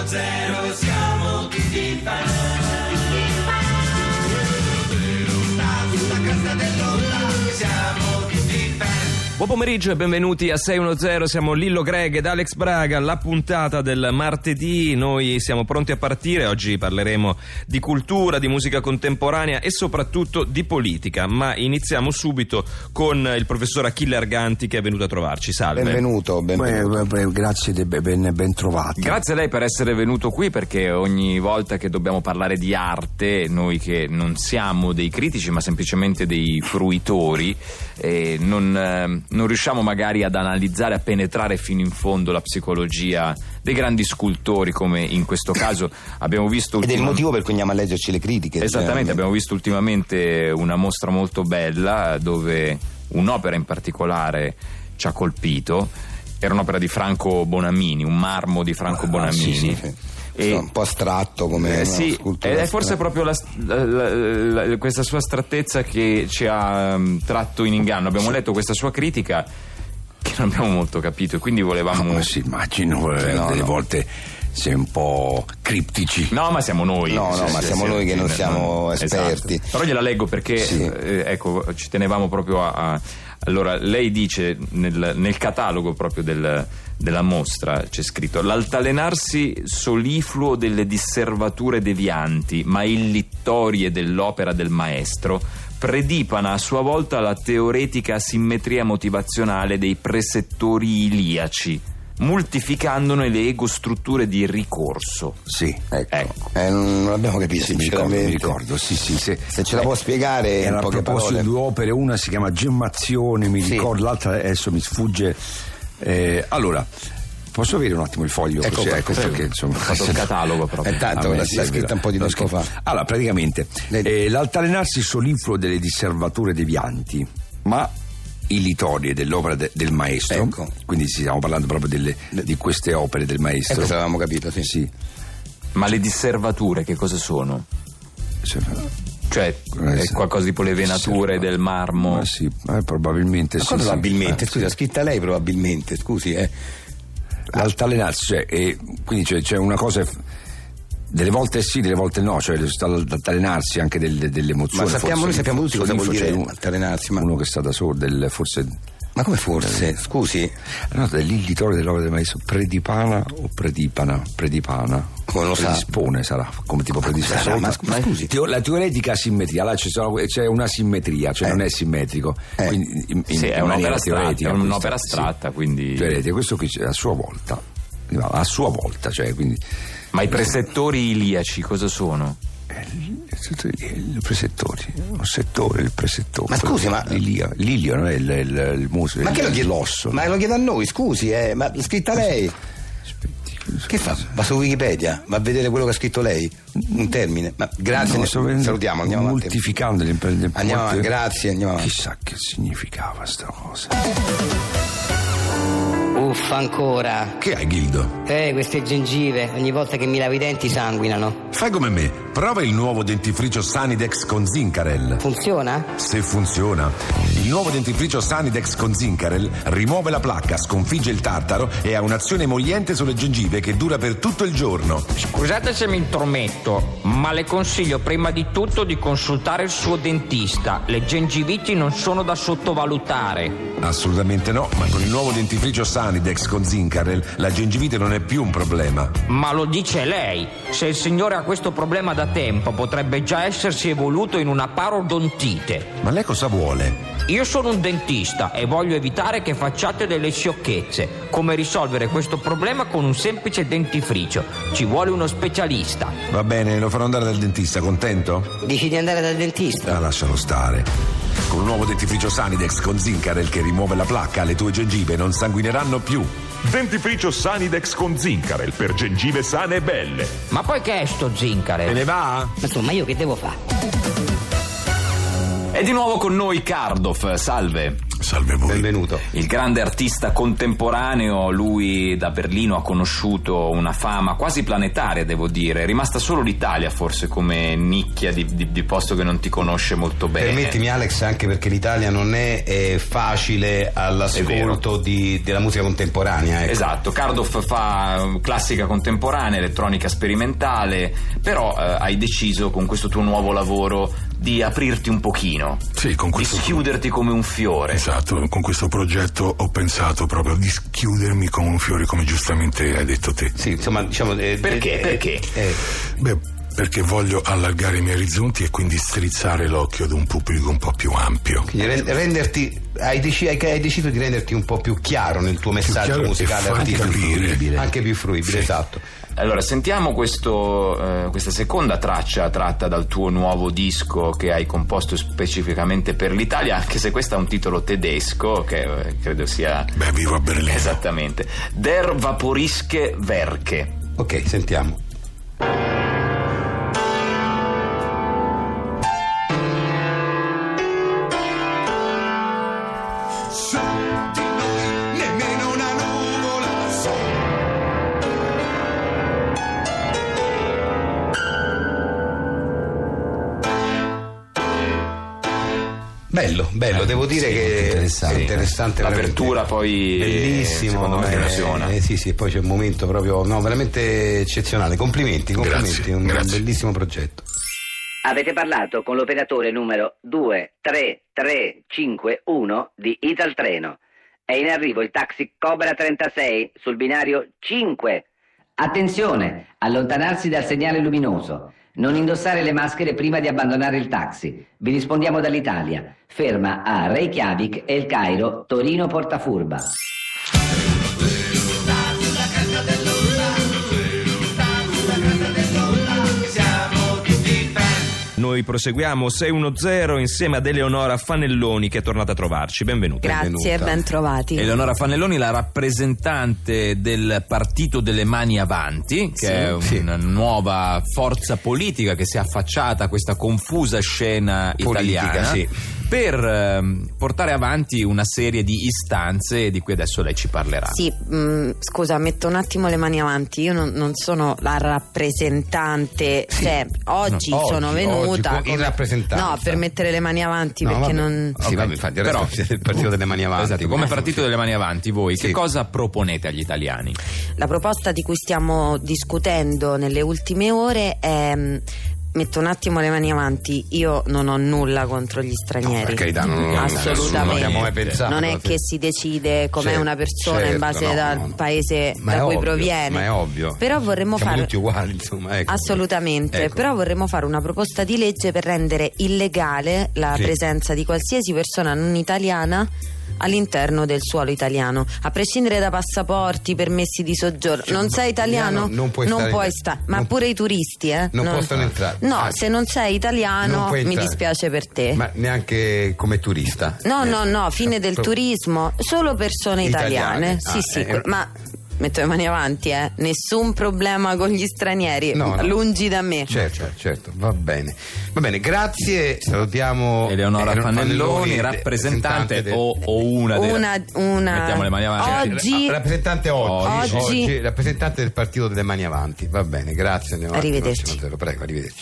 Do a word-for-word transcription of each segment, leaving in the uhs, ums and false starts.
zero siamo tutti fan. Sulla cresta dell'onda siamo tutti fan. Buon pomeriggio e benvenuti a sei uno zero, siamo Lillo Greg ed Alex Braga, la puntata del martedì. Noi siamo pronti a partire, oggi parleremo di cultura, di musica contemporanea e soprattutto di politica, ma iniziamo subito con il professor Achille Arganti che è venuto a trovarci. Salve. Benvenuto, benvenuto. Beh, beh, grazie, de, ben, ben trovato. Grazie a lei per essere venuto qui, perché ogni volta che dobbiamo parlare di arte, noi che non siamo dei critici ma semplicemente dei fruitori, eh, non... Eh, non riusciamo magari ad analizzare, a penetrare fino in fondo la psicologia dei grandi scultori, come in questo caso abbiamo visto ultimamente. Ed è il ultim... motivo per cui andiamo a leggerci le critiche. Esattamente, cioè... abbiamo visto ultimamente una mostra molto bella dove un'opera in particolare ci ha colpito. Era un'opera di Franco Bonamini, un marmo di Franco ah, Bonamini. Sì, sì, sì. E, un po' astratto come eh, sì, scultura. Ed è forse proprio la, la, la, la, questa sua astrattezza che ci ha um, tratto in inganno. Abbiamo sì. letto questa sua critica che non abbiamo molto capito e quindi volevamo... Ma sì, immagino, eh, no, delle no. volte sei un po' criptici. No, ma siamo noi. No, no, sì, ma sì, siamo sì, noi che non siamo esatto. esperti. Però gliela leggo perché, sì. eh, ecco, ci tenevamo proprio a... a allora, lei dice nel, nel catalogo proprio del, della mostra c'è scritto: l'altalenarsi solifluo delle disservature devianti ma illittorie dell'opera del maestro predipana a sua volta la teoretica asimmetria motivazionale dei presettori iliaci, multiplicandone le egostrutture di ricorso. Sì, ecco. ecco. Eh, non abbiamo capito. Sì, mi ricordo, mi ricordo. Sì, sì, se, se ce la può spiegare in poche a proposito parole. Di due opere, una si chiama Gemmazione, mi sì. ricordo, l'altra adesso mi sfugge. Eh, allora, posso avere un attimo il foglio? Ecco, così, ecco perché insomma ho fatto il catalogo proprio. È tanto, l'ha scritto un po' di tempo fa. Allora, praticamente eh, l'altalenarsi solifluo delle disservature devianti, ma illitorie dell'opera de, del maestro, ecco. Quindi stiamo parlando proprio delle, di queste opere del maestro. Questo avevamo capito, sì. sì. Ma le disservature che cosa sono? Sì. Cioè è qualcosa tipo le venature sì, del marmo? Ma sì, eh, probabilmente ma sì. Probabilmente, sì. scusi, ha scritta lei probabilmente, scusi, eh. L'altalenarsi, cioè, e quindi c'è, c'è una cosa. Delle volte sì, delle volte no, cioè altalenarsi anche delle, delle emozioni. Ma sappiamo, forse, noi sappiamo tutti cosa vuol dire un, altalenarsi. Ma... Uno che sta da solo, del, forse. Ma come forse? Scusi? No, dell'illitorio dell'opera del maestro, predipana o predipana? Predipana. Come lo sa? Predispone sarà, come tipo predispone. Ma, ma scusi. La teoretica simmetria, là c'è, c'è una simmetria, cioè eh. non è simmetrico. Eh. Quindi, in, in, sì, in è un'opera teoretica. È un'opera astratta, sì. quindi. Teoretica, questo qui a sua volta. A sua volta, cioè, quindi. Ma i presettori iliaci cosa sono? I presettori, un settore, il presettore. Ma scusi, ma L'ilio, l'ilio non è il, il, il muso, ma il, che lo chiede, l'osso. Ma lo chiede a noi, scusi, eh, ma l'ha scritta lei. Aspetti, che fa? Va su Wikipedia, va a vedere quello che ha scritto lei, un termine. Ma grazie, no, ne, salutiamo, andiamo avanti. Moltiplicando le Andiamo avanti, grazie, andiamo avanti. Chissà che significava sta cosa. Uffa ancora. Che hai, Gildo? Eh, queste gengive, ogni volta che mi lavo i denti sanguinano. Fai come me, prova il nuovo dentifricio Sanidex con Zincarel. Funziona? Se funziona. Il nuovo dentifricio Sanidex con Zincarel rimuove la placca, sconfigge il tartaro e ha un'azione emolliente sulle gengive che dura per tutto il giorno. Scusate se mi intrometto, ma le consiglio prima di tutto di consultare il suo dentista. Le gengiviti non sono da sottovalutare. Assolutamente no, ma con il nuovo dentifricio Sanidex con Zincarel la gengivite non è più un problema. Ma lo dice lei. Se il signore ha questo problema da tempo, potrebbe già essersi evoluto in una parodontite. Ma lei cosa vuole? Io sono un dentista e voglio evitare che facciate delle sciocchezze. Come risolvere questo problema con un semplice dentifricio? Ci vuole uno specialista. Va bene, lo farò andare dal dentista, contento? Dici di andare dal dentista? Ah, lascialo stare. Con un nuovo dentifricio Sanidex con Zincarel che rimuove la placca, le tue gengive non sanguineranno più. Dentifricio Sanidex con Zincarel per gengive sane e belle. Ma poi che è sto Zincarel? Te ne va? Ma insomma, io che devo fare? E di nuovo con noi Kardoff, salve. salve voi. Benvenuto. Il grande artista contemporaneo, lui da Berlino ha conosciuto una fama quasi planetaria, devo dire. È rimasta solo l'Italia forse come nicchia di, di, di posto che non ti conosce molto bene. Permettimi Alex, anche perché l'Italia non è, è facile all'ascolto di, della musica contemporanea. Ecco. Esatto, Cardoff fa classica contemporanea, elettronica sperimentale, però eh, hai deciso con questo tuo nuovo lavoro di aprirti un pochino, sì, con questo di schiuderti come un fiore. Esatto, con questo progetto ho pensato proprio di schiudermi come un fiore, come giustamente hai detto te. Sì, insomma, diciamo eh, perché? Eh, perché? Eh. Beh, perché voglio allargare i miei orizzonti e quindi strizzare l'occhio ad un pubblico un po' più ampio. Quindi renderti, hai, deci, hai, hai deciso di renderti un po' più chiaro nel tuo messaggio musicale, artistico, anche più fruibile, sì. Esatto. Allora, sentiamo questo, eh, questa seconda traccia tratta dal tuo nuovo disco che hai composto specificamente per l'Italia, anche se questo ha un titolo tedesco che eh, credo sia... Beh, vivo a Berlino. Esattamente. Der Vaporiske Werke. Ok, sentiamo. Bello, bello, eh, devo dire sì, che interessante, è interessante l'apertura poi bellissimo, secondo me eh, funziona. Eh, sì, sì, poi c'è un momento proprio no, veramente eccezionale. Complimenti, complimenti, grazie, un, grazie. un bellissimo progetto. Avete parlato con l'operatore numero due tre tre cinque uno di Italtreno. È in arrivo il taxi Cobra trentasei sul binario cinque. Attenzione, allontanarsi dal segnale luminoso. Non indossare le maschere prima di abbandonare il taxi. Vi rispondiamo dall'Italia. Ferma a Reykjavik e il Cairo, Torino Portafurba. Noi proseguiamo sei uno zero insieme ad Eleonora Fanelloni che è tornata a trovarci. Benvenuta. Grazie e ben trovati. Eleonora Fanelloni, la rappresentante del Partito delle Mani Avanti, che sì, è una sì. nuova forza politica che si è affacciata a questa confusa scena politica, italiana. Sì. Per eh, portare avanti una serie di istanze di cui adesso lei ci parlerà. Sì, mh, scusa, metto un attimo le mani avanti. Io non, non sono la rappresentante, Sì. cioè oggi No, sono oggi, venuta oggi, in rappresentanza. No, per mettere le mani avanti, No, perché vabbè. non Sì, vabbè, infatti adesso Però- siete il Partito delle Mani Avanti. Esatto, come Partito delle Mani Avanti voi Sì. che cosa proponete agli italiani? La proposta di cui stiamo discutendo nelle ultime ore è mh, metto un attimo le mani avanti, io non ho nulla contro gli stranieri. No, per carità, non- non- assolutamente. non abbiamo mai pensato, non è sì. che si decide com'è Certo, una persona certo, in base no, dal no, no. paese Ma da è cui ovvio, proviene. ma è ovvio. Però vorremmo Siamo fare tutti uguali, insomma, ecco. assolutamente, Ecco. però vorremmo fare una proposta di legge per rendere illegale la Sì. presenza di qualsiasi persona non italiana all'interno del suolo italiano, a prescindere da passaporti, permessi di soggiorno. Cioè, non sei italiano? italiano non puoi stare- puoi stare, ma non- pure i turisti, eh? non possono entrare. No, Ah, se non sei non italiano puoi mi entrare. dispiace per te. Ma neanche come turista. No, Eh, no, no, fine cioè, del proprio- turismo, solo persone italiane. Italiane. Sì, Ah, sì, eh, que- ma metto le mani avanti, eh. Nessun problema con gli stranieri, No, no. lungi da me. Certo, certo, va bene. Va bene, grazie. Salutiamo Eleonora eh, Fanelloni, rappresentante del- o, o una delle... Una, una Mettiamo le mani avanti. Oggi Ra- rappresentante oggi, Oggi- rappresentante del Partito delle Mani Avanti. Va bene, grazie. Andiamo avanti, Arrivederci. prossimo zero, prego, arrivederci.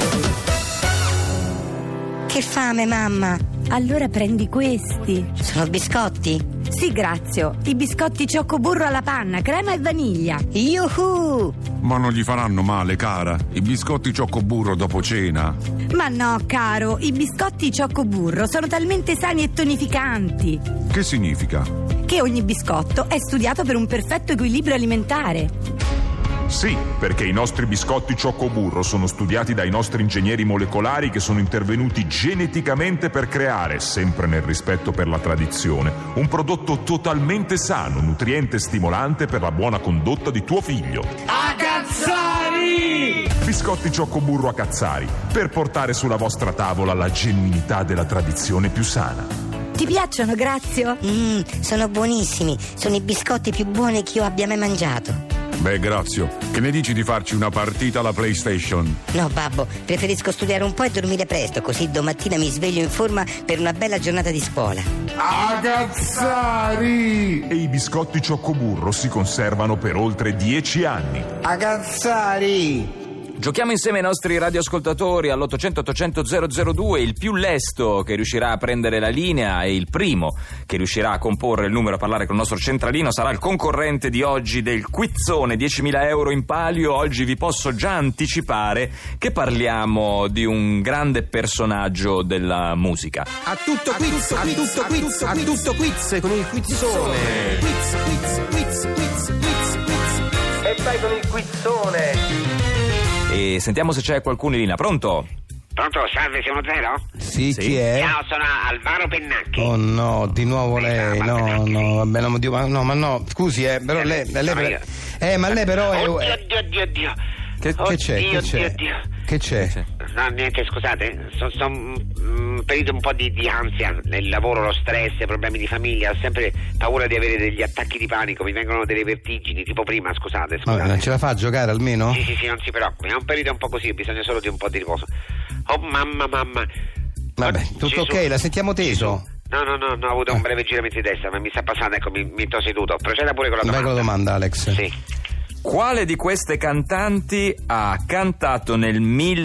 Che fame, mamma! Allora prendi questi. Sono biscotti? Sì, grazie. I biscotti cioccoburro alla panna, crema e vaniglia. Yuhu! Ma non gli faranno male, cara. I biscotti cioccoburro dopo cena. Ma no, caro, i biscotti cioccoburro sono talmente sani e tonificanti Che significa? che ogni biscotto è studiato per un perfetto equilibrio alimentare. Sì, perché i nostri biscotti cioccoburro sono studiati dai nostri ingegneri molecolari che sono intervenuti geneticamente per creare, sempre nel rispetto per la tradizione, un prodotto totalmente sano, nutriente e stimolante per la buona condotta di tuo figlio. A Cazzari! Biscotti cioccoburro a Cazzari, per portare sulla vostra tavola la genuinità della tradizione più sana. Ti piacciono, Grazio? Mmm, sono buonissimi. Sono i biscotti più buoni che io abbia mai mangiato. Beh, Grazio, che ne dici di farci una partita alla PlayStation? No, babbo, preferisco studiare un po' e dormire presto, così domattina mi sveglio in forma per una bella giornata di scuola. Agazzari! E i biscotti Cioccoburro si conservano per oltre dieci anni. Agazzari! Giochiamo insieme ai nostri radioascoltatori all'ottocento ottocento zero zero due. Il più lesto che riuscirà a prendere la linea e il primo che riuscirà a comporre il numero, a parlare con il nostro centralino, sarà il concorrente di oggi del quizzone, diecimila euro in palio. Oggi vi posso già anticipare che parliamo di un grande personaggio della musica. A tutto quiz, a tutto quiz, a tutto quiz con il quizzone. Quiz, quiz, quiz, quiz, quiz, quiz. E vai con il quizzone. E sentiamo se c'è qualcuno in linea. Pronto? Pronto, salve, sei uno zero? Sì, Sì. chi è? Ciao, sono Alvaro Pennacchi. Oh no, di nuovo lei, no, no, vabbè, no, Dio, ma no, ma no, scusi, eh, però lei, lei Sono per- io. eh, ma lei però è, Oddio, è- oddio, oddio, oddio. che, che Oddio, c'è, che oddio, c'è, oddio. che c'è? No, niente, scusate, sono so, un periodo un po' di, di ansia nel lavoro, lo stress, problemi di famiglia, ho sempre paura di avere degli attacchi di panico, mi vengono delle vertigini, tipo prima, scusate, scusate. Ma non ce la fa a giocare almeno? Sì, sì, sì, non si preoccupi, è un periodo un po' così, bisogna solo di un po' di riposo. Oh mamma, mamma. Vabbè, Oh, tutto Gesù. ok, la sentiamo teso. No, no, no, no, ho avuto un breve giramento di testa, ma mi sta passando, ecco, mi, mi to seduto. Proceda pure con la Vai domanda. con la domanda, Alex. Sì. Quale di queste cantanti ha cantato nel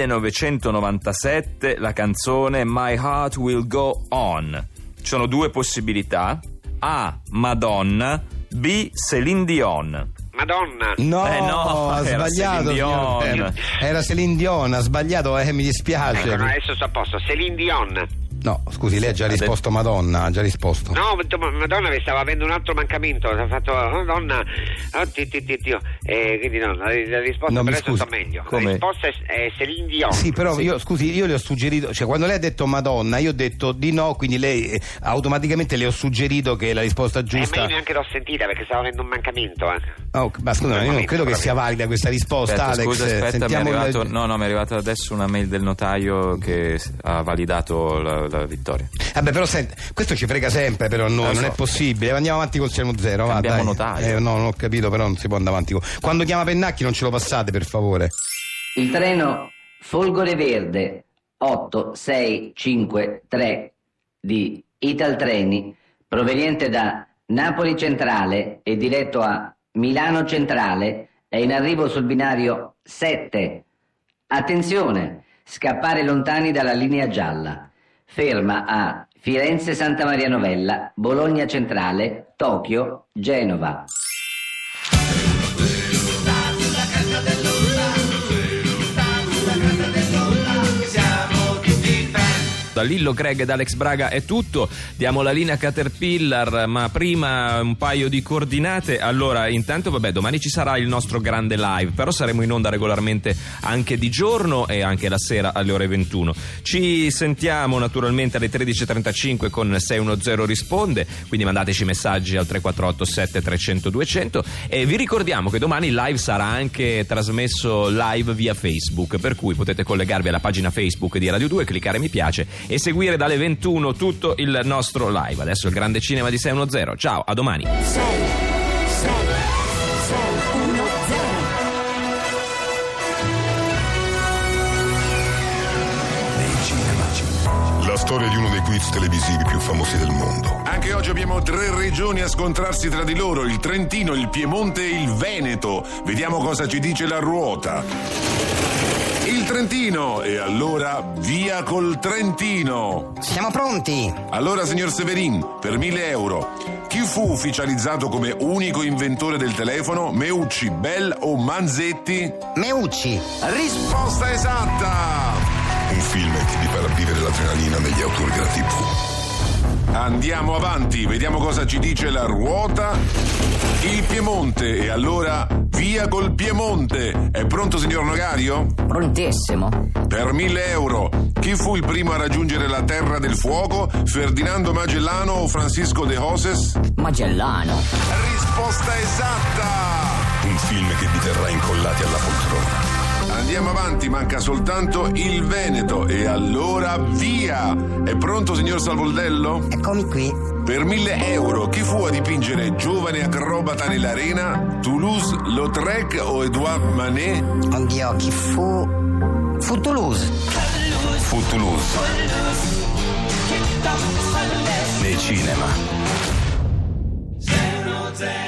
millenovecentonovantasette la canzone My Heart Will Go On? Ci sono due possibilità: A. Madonna, B. Céline Dion. Madonna. No, Eh no, ha era sbagliato. Céline Dion. signor- eh, Era Céline Dion, ha sbagliato, eh, mi dispiace. Ecco, no, adesso sto a posto. Céline Dion. No, scusi, lei ha già risposto Madonna, ha già risposto. No, ho detto, ma- Madonna, vi stava avendo un altro mancamento. Ha fatto Madonna. Oh, ti, ti, ti, ti. Eh, quindi no, la, la risposta No, per mi adesso scusi. sto meglio. Come? La risposta è, è Céline Dion. Sì, però io, scusi, io le ho suggerito, cioè quando lei ha detto Madonna, io ho detto di no, quindi lei eh, automaticamente le ho suggerito che la risposta Eh, ma giusta. io neanche l'ho sentita perché stavo avendo un mancamento. Eh. Oh, ma scusa, io non credo che sia valida questa risposta, Aspetta, Alex. scusa, aspetta, mi è Sentiamo arrivato, il- no, no, mi è arrivata adesso una mail del notaio che ha validato la, la vittoria. Vabbè, però senti, questo ci frega sempre, però noi, Lo non so. è possibile. Andiamo avanti con Siamo Zero, va, Cambiamo dai. notaio. Eh, no, non ho capito, però non si può andare avanti con... Quando chiama Pennacchi non ce lo passate, per favore. Il treno Folgore Verde otto sei cinque tre di Italtreni, proveniente da Napoli Centrale e diretto a Milano Centrale, è in arrivo sul binario sette. Attenzione, scappare lontani dalla linea gialla. Ferma a Firenze Santa Maria Novella, Bologna Centrale, Tokyo, Genova. Da Lillo Greg ed Alex Braga è tutto, diamo la linea Caterpillar, ma prima un paio di coordinate. Allora, intanto vabbè, domani ci sarà il nostro grande live, però saremo in onda regolarmente anche di giorno e anche la sera alle ore ventuno. Ci sentiamo naturalmente alle tredici e trentacinque con sei uno zero risponde, quindi mandateci messaggi al tre quattro otto sette trecento duecento e vi ricordiamo che domani il live sarà anche trasmesso live via Facebook, per cui potete collegarvi alla pagina Facebook di Radio due, cliccare mi piace e seguire dalle ventuno tutto il nostro live. Adesso il grande cinema di sei uno zero. Ciao, a domani. sei, sei, sei, uno, zero. La storia di uno dei quiz televisivi più famosi del mondo. Anche oggi abbiamo tre regioni a scontrarsi tra di loro, il Trentino, il Piemonte e il Veneto. Vediamo cosa ci dice la ruota. Il Trentino, e allora via col Trentino. Siamo pronti. Allora, signor Severin, per mille euro, chi fu ufficializzato come unico inventore del telefono? Meucci, Bell o Manzetti? Meucci. Risposta esatta! Un film che ti farà vivere l'adrenalina negli autori della tivù. Andiamo avanti, vediamo cosa ci dice la ruota. Il Piemonte, e allora via col Piemonte. È pronto, signor Nogario? Prontissimo. Per mille euro, chi fu il primo a raggiungere la Terra del Fuoco? Ferdinando Magellano o Francisco de Joses? Magellano. Risposta esatta! Un film che vi terrà incollati alla poltrona. Andiamo avanti, manca soltanto il Veneto, e allora via! È pronto, signor Salvoldello? Eccomi qui. Per mille euro, chi fu a dipingere Giovane acrobata nell'arena? Toulouse-Lautrec o Edouard Manet? Oddio, chi fu... fu Toulouse. Fu Toulouse. Nel cinema.